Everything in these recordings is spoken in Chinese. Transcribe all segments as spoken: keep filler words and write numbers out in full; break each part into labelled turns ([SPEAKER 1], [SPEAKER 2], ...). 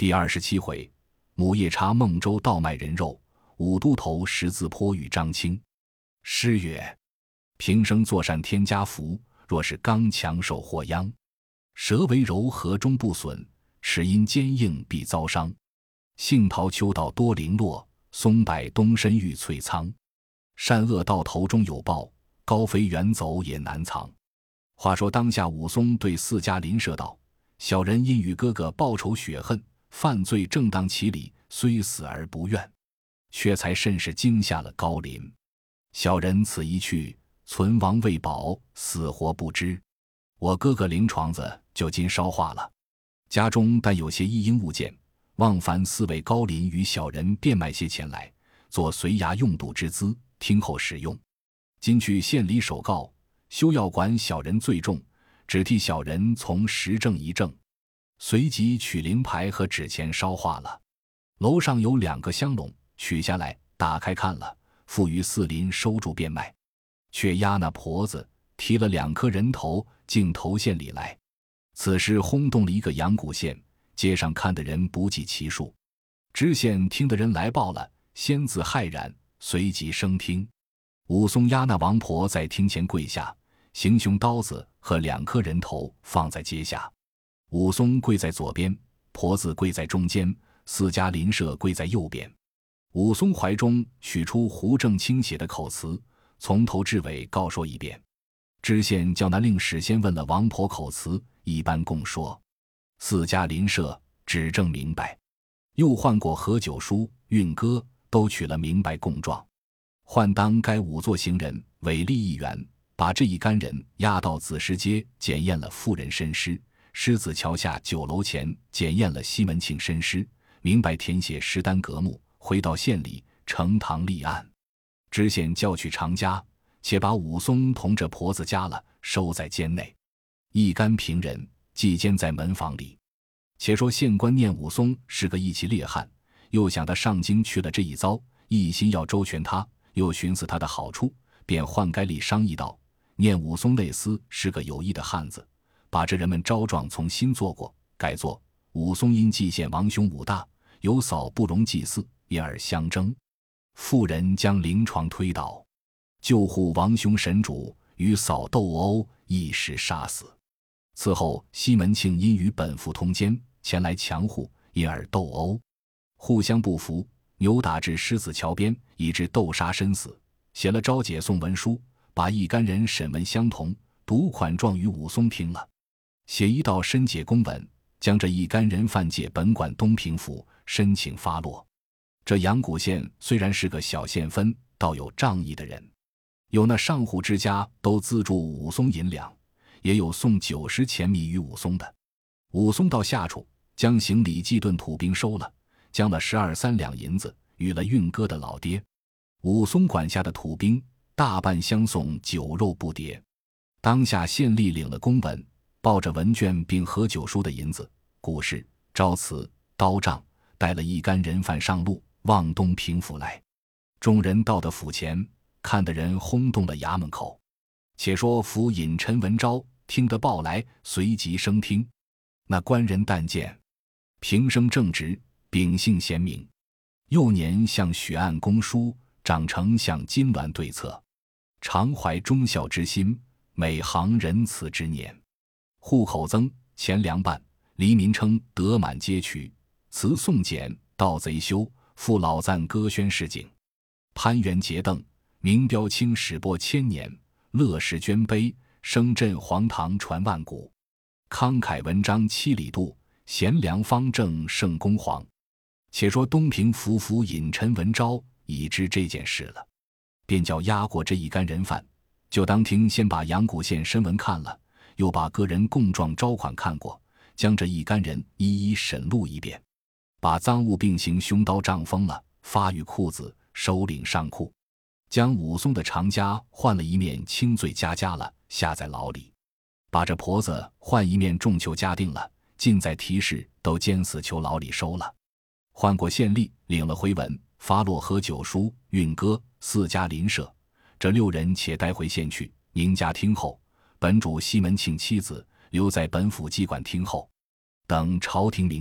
[SPEAKER 1] 第二十七回，母夜叉孟州盗卖人肉，五都头十字坡遇张青。诗曰：平生作善天家福，若是刚强受祸殃。舌为柔和终不损，齿因坚硬必遭伤。杏桃秋道多零落，松柏冬深遇翠苍。善恶到头终有报，高飞远走也难藏。话说当下武松对四家邻舍道：小人因与哥哥报仇雪恨，犯罪正当其理，虽死而不怨，却才甚是惊吓了高邻。小人此一去，存亡未保，死活不知。我哥哥灵床子就今烧化了，家中但有些一应物件，望烦四位高邻与小人变卖些钱来，做随衙用度之资，听候使用。今去县里首告，休要管小人罪重，只替小人从实证一证。随即取灵牌和纸钱烧化了。楼上有两个香笼，取下来打开看了，付与四邻收住变卖。却押那婆子提了两颗人头径投县里来。此事轰动了一个阳谷县，街上看的人不计其数。知县听的人来报了，先自骇然，随即升听。武松押那王婆在厅前跪下，行凶刀子和两颗人头放在阶下。武松跪在左边，婆子跪在中间，四家邻舍跪在右边。武松怀中取出胡正清写的口词，从头至尾告说一遍。知县叫那令史先问了王婆口词，一般供说。四家邻舍指证明白，又换过何九叔、运哥，都取了明白供状。换当该五座行人委立一员，把这一干人押到子时街检验了妇人身尸，狮子桥下酒楼前检验了西门庆身尸，明白填写实单格目，回到县里呈堂立案。知县叫去常家，且把武松同这婆子夹了，收在监内。一干平人寄监在门房里。且说县官念武松是个义气烈汉，又想他上京去了这一遭，一心要周全他，又寻思他的好处，便换该吏商议道：念武松类似是个有义的汉子，把这人们招状从新做过，改作武松因祭献王兄武大，有嫂不容祭祀，因而相争。妇人将灵床推倒，救护王兄神主，与嫂斗殴，一时杀死。此后西门庆因与本府通奸，前来强护，因而斗殴，互相不服，扭打至狮子桥边，以致斗杀身死。写了招解送文书，把一干人审问相同，读款状与武松听了。写一道申解公文，将这一干人犯解本管东平府，申请发落。这阳谷县虽然是个小县分，倒有仗义的人，有那上户之家都资助武松银两，也有送九十钱米与武松的。武松到下处，将行李祭顿土兵收了，将了十二三两银子与了运哥的老爹。武松管下的土兵大半相送酒肉不迭。当下县吏领了公文，抱着文卷并何九叔的银子、古事、招词、刀杖，带了一干人犯上路，往东平府来。众人到的府前，看的人轰动了衙门口。且说府尹陈文昭听得报来，随即升听。那官人但见平生正直，秉性贤明，幼年向许案公书，长成向金銮对策，常怀忠孝之心，每行仁慈之念。户口增，钱粮办，黎民称得满皆取，词颂简，盗贼休，父老赞歌宣示景。攀援结邓，名标青史播千年，乐事捐碑，声震黄堂传万古。慷慨文章七里渡，贤良方正胜公皇。且说东平府府尹陈文昭已知这件事了，便叫押过这一干人犯，就当庭先把阳谷县申文看了，又把个人供状招款看过，将这一干人一一审录一遍，把赃物并行凶刀杖封了，发与裤子，收领上库，将武松的长枷换了一面轻罪加加了，下在牢里，把这婆子换一面重囚加定了，尽在提示都监死囚牢里收了。换过县吏，领了回文，发落何九叔、运哥四家邻舍，这六人且带回县去，宁家听候。本主西门庆妻子留在本府机管听候，等朝廷名将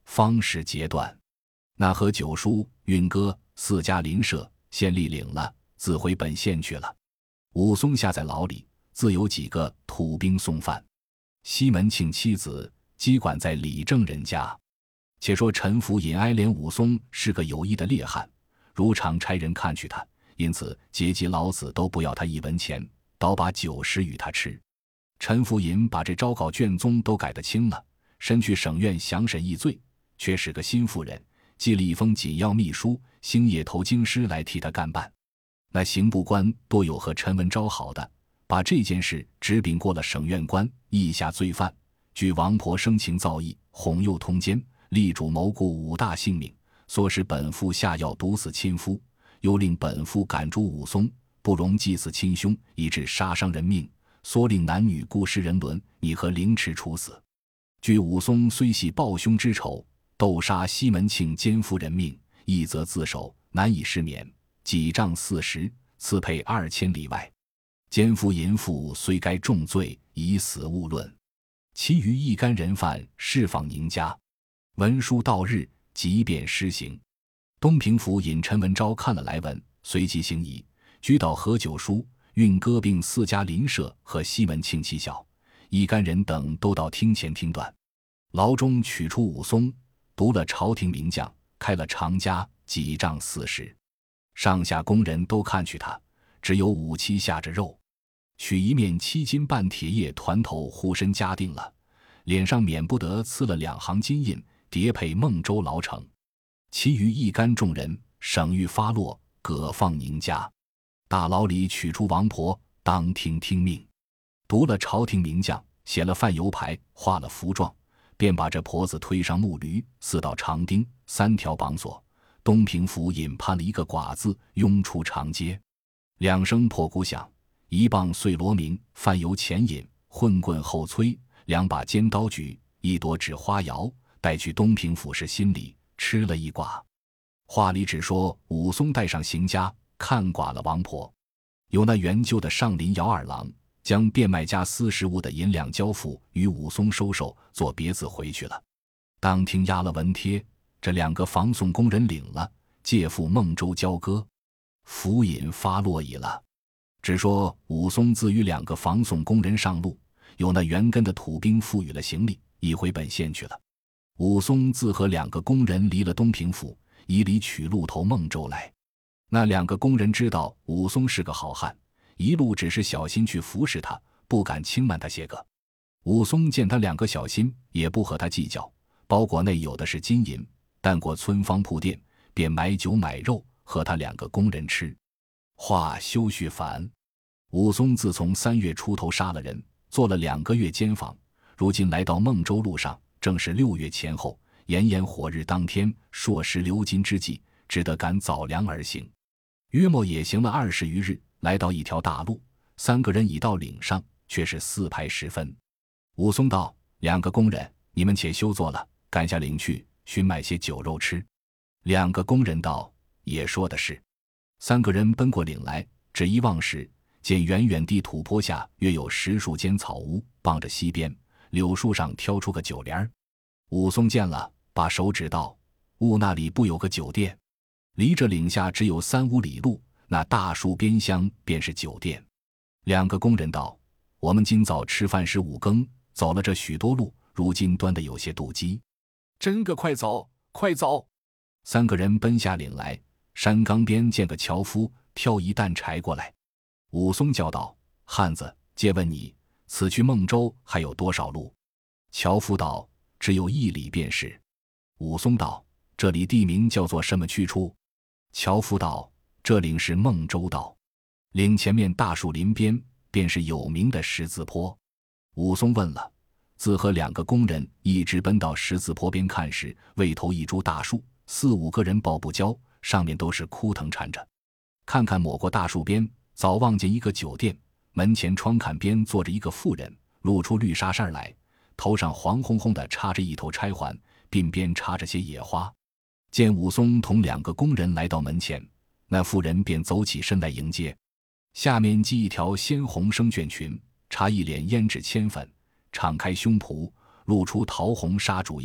[SPEAKER 1] 方始截断。那和九叔、运哥四家邻舍，县吏领了，自回本县去了。武松下在牢里，自有几个土兵送饭。西门庆妻子羁管在李正人家。且说陈福尹哀怜武松是个有意的烈汉，如常差人看去他，因此结集老子都不要他一文钱，倒把酒食与他吃。陈福尹把这招稿卷宗都改得清了，身去省院详审议罪，却使个心腹人寄了一封紧要密书，星夜投京师来替他干办。那刑部官多有和陈文昭好的，把这件事直禀过了省院官，议下罪犯，据王婆生情造诣，哄诱通奸，力主谋顾五大性命，唆使本父下药毒死亲夫，又令本父赶逐武松，不容祭祀亲兄，以致杀伤人命，唆令男女故失人伦，拟和凌迟处死。据武松虽系报兄之仇，斗杀西门庆奸夫人命，一则自首，难以释免，几杖四十，赐配二千里外。奸夫淫妇虽该重罪，以死勿论。其余一干人犯释放宁家。文书到日，即便施行。东平府尹陈文昭看了来文，随即行仪，居到何九叔、运哥并四家邻舍和西门庆妻小一干人等都到厅前听断。牢中取出武松，读了朝廷名将，开了长枷，几杖四十。上下工人都看去他，只有武妻下着肉，取一面七金半铁叶团头护身枷定了，脸上免不得刺了两行金印，叠配孟州牢城。其余一干众人省狱发落，各放宁家。大牢里取出王婆，当庭听命。读了朝廷名将，写了范油牌，画了符状，便把这婆子推上木驴，四道长钉，三条绑锁。东平府尹判了一个寡字，拥出长街。两声破鼓响，一棒碎锣鸣，范油前引，混棍后催，两把尖刀举，一朵纸花摇，带去东平府士心里，吃了一寡。话里只说武松带上行家，看寡了王婆。有那原旧的上林姚二郎，将变卖家私食物的银两交付与武松收受，做别字回去了。当庭压了文帖，这两个防送工人领了，借赴孟州交割。府尹发落已了。只说武松自与两个防送工人上路，有那原根的土兵赋予了行李，已回本县去了。武松自和两个工人离了东平府，以里取路投孟州来。那两个工人知道武松是个好汉，一路只是小心去服侍他，不敢轻慢他些个。武松见他两个小心，也不和他计较，包裹内有的是金银，但过村坊铺店，便买酒买肉和他两个工人吃。话休叙烦。武松自从三月出头杀了人，做了两个月监房，如今来到孟州路上，正是六月前后，炎炎火日当天，朔时流金之际，只得赶早粮而行。约莫也行了二十余日，来到一条大路，三个人已到岭上，却是四排时分。武松道：两个工人，你们且休坐了，赶下岭去，寻买些酒肉吃。两个工人道：也说的是。三个人奔过岭来，只一望时，见远远地土坡下约有十数间草屋，傍着西边，柳树上挑出个酒帘。武松见了，把手指道：屋那里不有个酒店？离着岭下只有三五里路，那大树边厢便是酒店。两个工人道：我们今早吃饭时五更，走了这许多路，如今端得有些肚饥，真个快走快走。三个人奔下岭来，山冈边见个樵夫挑一担柴过来。武松叫道：汉子，借问你此去孟州还有多少路？樵夫道：只有一里便是。武松道：这里地名叫做什么去处？樵夫道：这岭是孟州道，岭前面大树林边便是有名的十字坡。武松问了，自和两个工人一直奔到十字坡边看时，未头一株大树，四五个人抱不交，上面都是枯藤缠着。看看抹过大树边，早望见一个酒店，门前窗槛边坐着一个妇人，露出绿纱衫来，头上黄烘烘的插着一头钗环，鬓边插着些野花。见武松同两个工人来到门前，那妇人便走起身来迎接，下面系一条鲜红生绢裙，插一脸胭脂铅粉，敞开胸脯，露出桃红纱主腰，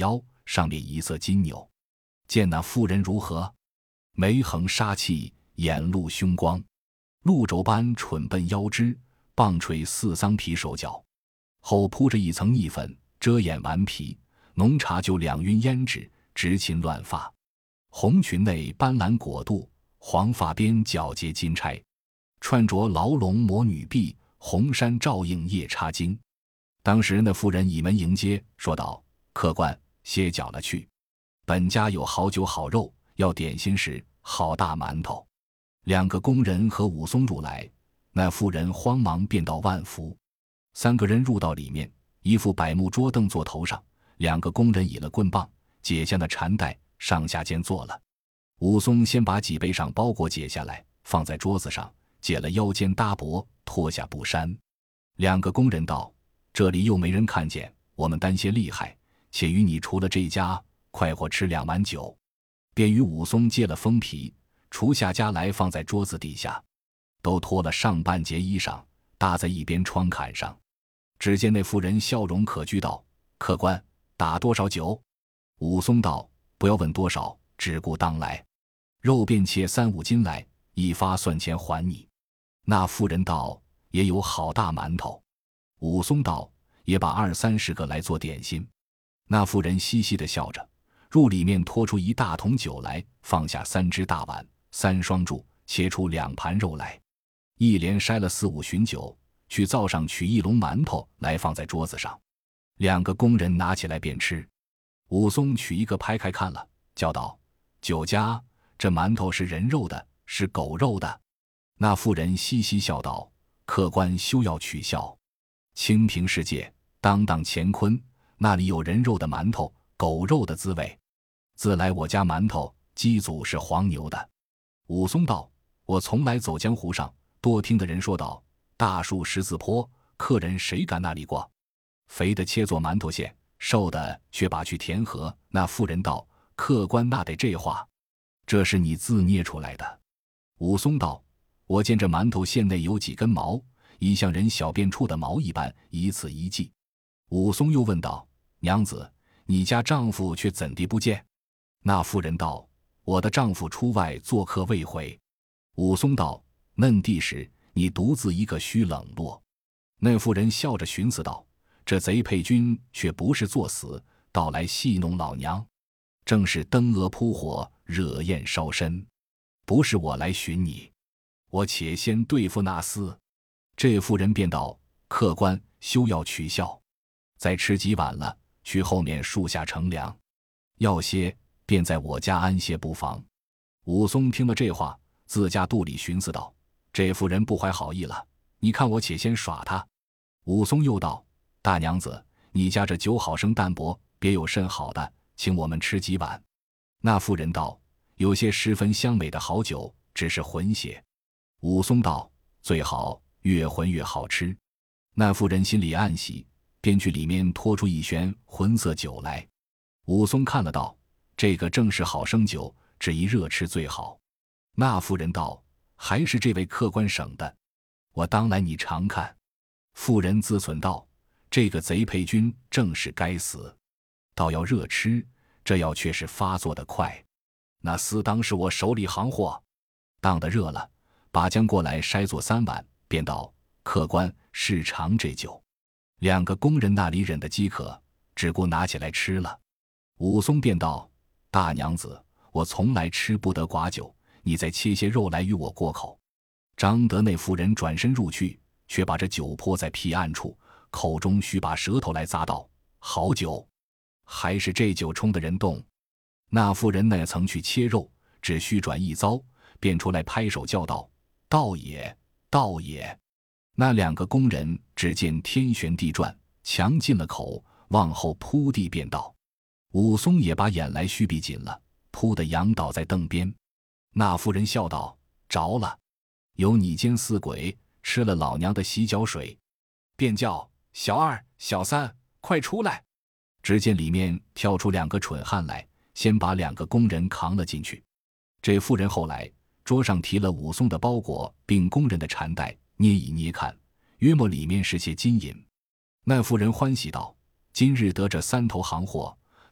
[SPEAKER 1] 上面一色金纽。见那妇人如何？眉横杀气，眼露凶光，鹿轴般蠢笨腰肢，棒槌似桑皮手脚，后铺着一层腻粉，遮掩顽皮，浓茶就两晕胭脂，直衾乱发。红裙内斑斓裹肚，黄发边皎洁金钗，穿着牢笼魔女臂，红衫照映夜叉经。当时那妇人倚门迎接，说道：客官，歇脚了去，本家有好酒好肉，要点心时好大馒头。两个工人和武松入来，那妇人慌忙便道万福。三个人入到里面，一副柏木桌凳坐头上，两个工人倚了棍棒，解下那缠带，上下间坐了。武松先把脊背上包裹解下来，放在桌子上，解了腰间搭帛，脱下布衫。两个工人道：这里又没人看见，我们担些厉害，且与你除了这家，快活吃两碗酒。便与武松借了封皮，除下家来放在桌子底下，都脱了上半截衣裳，搭在一边窗槛上。只见那妇人笑容可掬道：客官，打多少酒？武松道：不要问多少，只顾当来。肉便切三五斤来，一发算钱还你。那妇人道：也有好大馒头。武松道：也把二三十个来做点心。那妇人嘻嘻地笑着，入里面拖出一大桶酒来，放下三只大碗，三双箸，切出两盘肉来，一连筛了四五巡酒，去灶上取一笼馒头来放在桌子上。两个工人拿起来便吃。武松取一个拍开看了，叫道：酒家，这馒头是人肉的，是狗肉的？那妇人嘻嘻笑道：客官休要取笑，清平世界，当当乾坤，那里有人肉的馒头，狗肉的滋味？自来我家馒头鸡祖是黄牛的。武松道：我从来走江湖上，多听的人说道，大树十字坡，客人谁敢那里过？肥的切做馒头馅，瘦的却把去填河。那妇人道：客官那得这话，这是你自捏出来的。武松道：我见这馒头馅内有几根毛，已像人小便处的毛一般，一次一记。武松又问道：娘子，你家丈夫却怎地不见？那妇人道：我的丈夫出外做客未回。武松道：嫩地时你独自一个须冷落。那妇人笑着寻思道：这贼配军却不是作死，倒来戏弄老娘，正是灯蛾扑火，惹焰烧身。不是我来寻你，我且先对付那厮。这妇人便道：客官休要取笑，再吃几碗了，去后面树下乘凉，要歇便在我家安歇不妨。武松听了这话，自家肚里寻思道：这妇人不怀好意了，你看我且先耍她。武松又道：大娘子，你家这酒好生淡薄，别有甚好的，请我们吃几碗。那妇人道：有些十分香美的好酒，只是浑些。武松道：最好，越浑越好吃。那妇人心里暗喜，便去里面拖出一旋浑色酒来。武松看了道：这个正是好生酒，只宜热吃最好。那妇人道：还是这位客官省的，我当来你尝看。妇人自忖道：这个贼配军正是该死，倒要热吃，这药却是发作的快。那厮当是我手里行货，当得热了，把将过来筛做三碗，便道：客官试尝这酒。两个工人那里忍得饥渴，只顾拿起来吃了。武松便道：大娘子，我从来吃不得寡酒，你再切些肉来与我过口。张德那妇人转身入去，却把这酒泼在僻暗处，口中须把舌头来咂道：好酒，还是这酒冲的人动。那妇人那曾去切肉，只须转一遭，便出来拍手叫道：道也，道也。那两个工人只见天旋地转，强进了口，往后扑地便倒。武松也把眼来须闭紧了，扑的仰倒在凳边。那妇人笑道：着了，有你奸似鬼，吃了老娘的洗脚水。便叫小二、小三，快出来。只见里面跳出两个蠢汉来，先把两个工人扛了进去。这妇人后来桌上提了武松的包裹，并工人的缠带，捏一捏看，约莫里面是些金银。那妇人欢喜道：今日得这三头行货，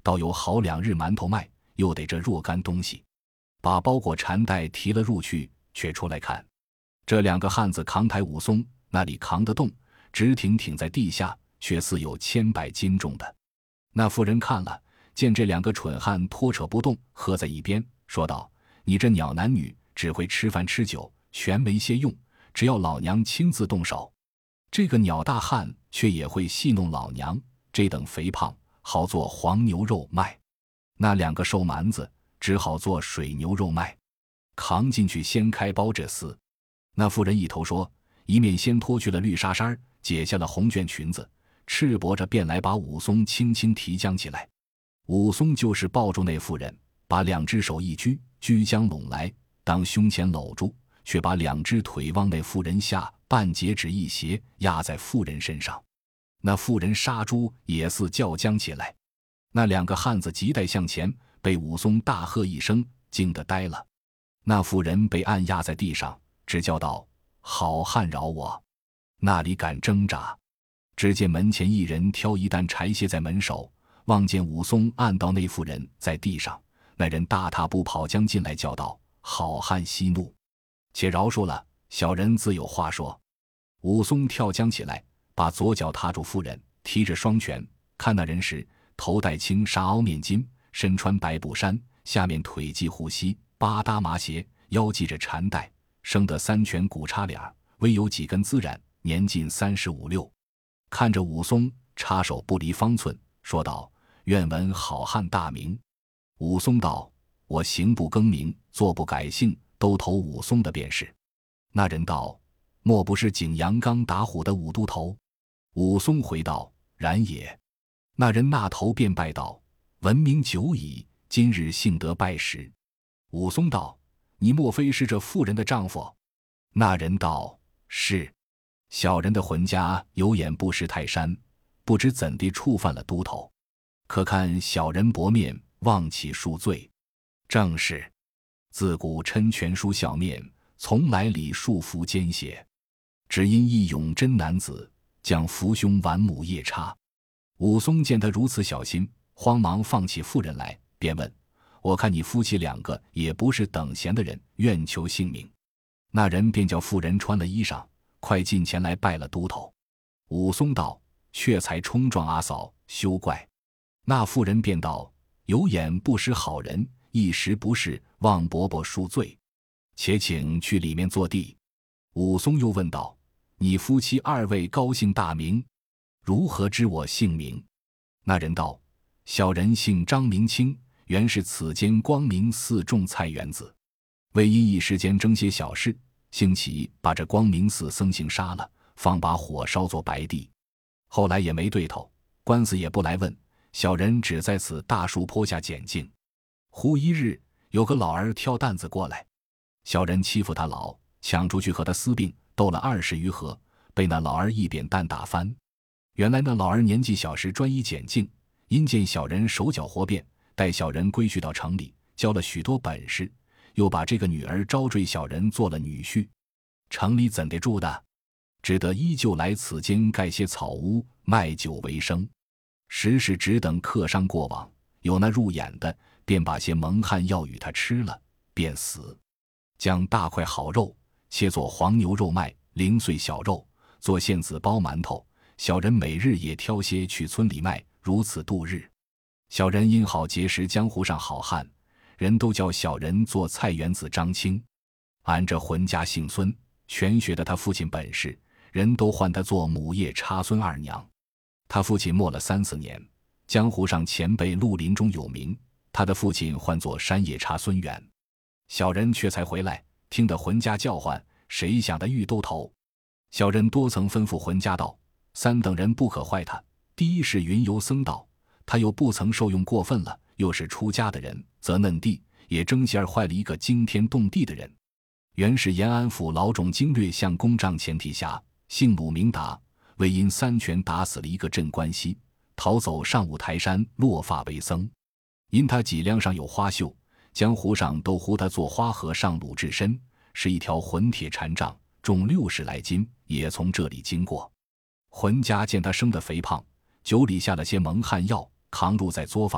[SPEAKER 1] 倒有好两日馒头卖，又得这若干东西。把包裹缠带提了入去，却出来看，这两个汉子扛抬武松，那里扛得动，直挺挺在地下，却似有千百斤重的。那妇人看了，见这两个蠢汉拖扯不动，喝在一边，说道：你这鸟男女，只会吃饭吃酒，全没些用，只要老娘亲自动手。这个鸟大汉却也会戏弄老娘，这等肥胖，好做黄牛肉卖。那两个瘦蛮子只好做水牛肉卖，扛进去掀开包着撕。那妇人一头说，一面先脱去了绿纱衫，解下了红绢裙子，赤膊着便来把武松轻轻提将起来。武松就是抱住那妇人，把两只手一拘，拘将拢来，当胸前搂住，却把两只腿往那妇人下半截指一斜，压在妇人身上。那妇人杀猪也似叫将起来。那两个汉子急待向前，被武松大喝一声，惊得呆了。那妇人被按压在地上，只叫道：好汉饶我！那里敢挣扎？只见门前一人挑一担柴卸在门首，望见武松按到那妇人在地上，那人大踏步跑将进来，叫道：好汉息怒，且饶恕了，小人自有话说。武松跳将起来，把左脚踏住妇人，提着双拳，看那人时，头戴青纱凹面巾，身穿白布衫，下面腿系护膝，八搭麻鞋，腰系着缠带，生得三拳骨叉脸，微有几根孜然，年近三十五六。看着武松，插手不离方寸，说道：愿闻好汉大名。武松道：我行不更名，坐不改姓，都投武松的便是。那人道：莫不是景阳冈打虎的武都头？武松回道：然也。那人那头便拜道：闻名久矣，今日幸得拜识。武松道：你莫非是这妇人的丈夫？那人道：是。小人的浑家有眼不识泰山，不知怎地触犯了都头，可看小人薄面，望其恕罪。正是，自古琛拳书笑面，从来礼数服奸邪。只因一勇真男子，将福兄挽母夜叉。武松见他如此小心，慌忙放起妇人来，便问：我看你夫妻两个也不是等闲的人，愿求姓名。那人便叫妇人穿了衣裳，快进前来拜了都头。武松道：却才冲撞阿嫂，休怪。那妇人便道：有眼不识好人，一时不是，望伯伯恕罪。且请去里面坐地。武松又问道：你夫妻二位高姓大名？如何知我姓名？那人道：小人姓张，名清，原是此间光明寺种菜园子，为因一时间争些小事，兴起把这光明寺僧行杀了，放把火烧作白地。后来也没对头，官司也不来问，小人只在此大树坡下捡净。忽一日，有个老儿挑担子过来，小人欺负他老，抢出去和他私并，斗了二十余合，被那老儿一扁担打翻。原来那老儿年纪小时专一捡净，因见小人手脚活便，带小人归去到城里，教了许多本事，又把这个女儿招赘小人做了女婿。城里怎地住的？只得依旧来此间盖些草屋，卖酒为生。时时只等客商过往，有那入眼的，便把些蒙汗药与他吃了，便死。将大块好肉切作黄牛肉卖，零碎小肉做馅子包馒头，小人每日也挑些去村里卖，如此度日。小人因好结识江湖上好汉，人都叫小人做菜园子张青。俺这浑家姓孙，全学的他父亲本事，人都唤他做母夜叉孙二娘。他父亲没了三四年，江湖上前辈绿林中有名，他的父亲唤作山夜叉孙元。小人却才回来，听得浑家叫唤，谁想的玉都头。小人多曾吩咐浑家道：三等人不可坏他。第一是云游僧道，他又不曾受用过分了，又是出家的人，则嫩地也争先而坏了一个惊天动地的人。原是延安府老种经略相公帐前提辖，姓鲁名达，为因三拳打死了一个镇关西，逃走上五台山落发为僧。因他脊梁上有花绣，江湖上都呼他做花和尚鲁智深，是一条混铁禅杖，重六十来斤，也从这里经过。浑家见他生得肥胖，酒里下了些蒙汗药，扛入在作坊里，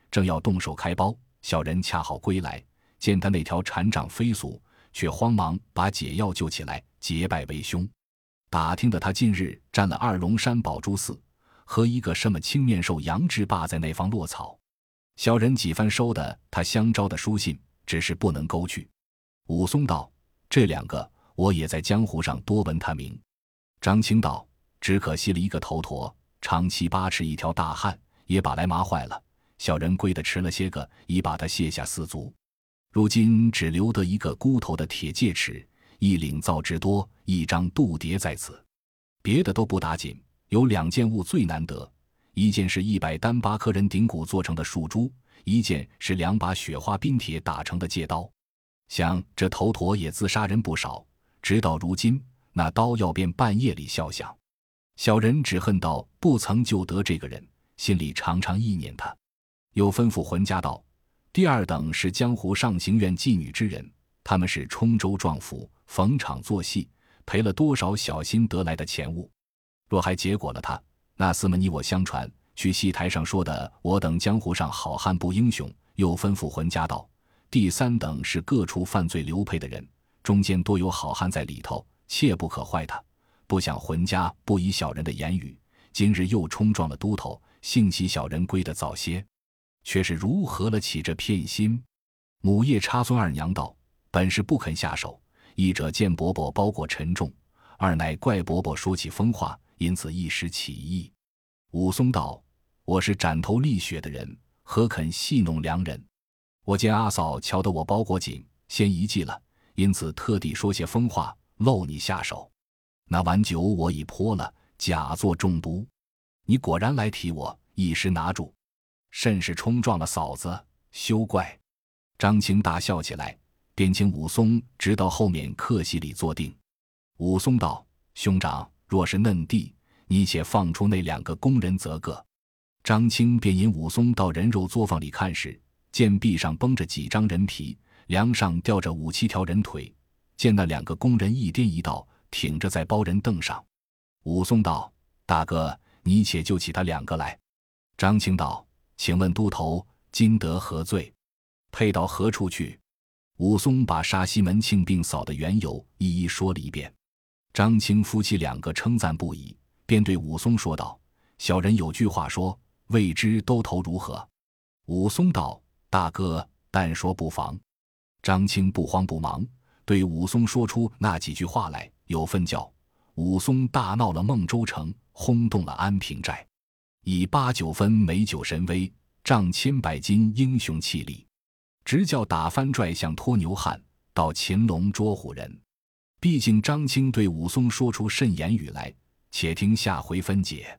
[SPEAKER 1] 正要动手开包，小人恰好归来，见他那条禅杖飞速，却慌忙把解药救起来，结拜为兄。打听的他近日占了二龙山宝珠寺，和一个什么青面兽杨志霸在那方落草。小人几番收的他相招的书信，只是不能勾去。武松道：这两个我也在江湖上多闻他名。张青道：只可惜了一个头陀，长七八尺一条大汉，也把来麻坏了。小人归的迟了些个，已把他卸下四足，如今只留得一个孤头的铁戒尺，一领造之多，一张肚碟在此，别的都不打紧。有两件物最难得，一件是一百单八颗人顶骨做成的树珠，一件是两把雪花冰铁打成的戒刀。想这头陀也自杀人不少，直到如今那刀要便半夜里笑响。小人只恨道不曾救得这个人，心里常常意念他。又吩咐浑家道：第二等是江湖上行院妓女之人，他们是冲州撞府，逢场作戏，赔了多少小心得来的钱物。若还结果了他，那厮们你我相传，去戏台上说的我等江湖上好汉不英雄。又吩咐浑家道：第三等是各处犯罪流配的人，中间多有好汉在里头，切不可坏他。不想浑家不依小人的言语，今日又冲撞了都头，幸喜小人归得早些，却是如何了起这片心。母夜叉孙二娘道：本是不肯下手，一者见伯伯包裹沉重，二乃怪伯伯说起疯话，因此一时起意。武松道：我是斩头沥血的人，何肯戏弄良人？我见阿嫂瞧得我包裹紧，先遗迹了，因此特地说些疯话，漏你下手。那碗酒我已泼了，假作中毒，你果然来提我，一时拿住，甚是冲撞了嫂子，休怪。张青大笑起来，便请武松直到后面客席里坐定。武松道：兄长若是嫩弟，你且放出那两个工人则个。张青便引武松到人肉作坊里看时，见壁上绷着几张人皮，梁上吊着五七条人腿，见那两个工人一颠一倒，挺着在包人凳上。武松道：大哥，你且救起他两个来。张青道：请问都头今得何罪？配到何处去？武松把沙西门庆病扫的缘由一一说了一遍。张青夫妻两个称赞不已，便对武松说道：小人有句话说，未知都头如何？武松道：大哥但说不妨。张青不慌不忙，对武松说出那几句话来，有分教。武松大闹了孟州城，轰动了安平寨，以八九分美酒神威，仗千百斤英雄气力，直叫打翻拽象拖牛汉，到擒龙捉虎人。毕竟张青对武松说出甚言语来，且听下回分解。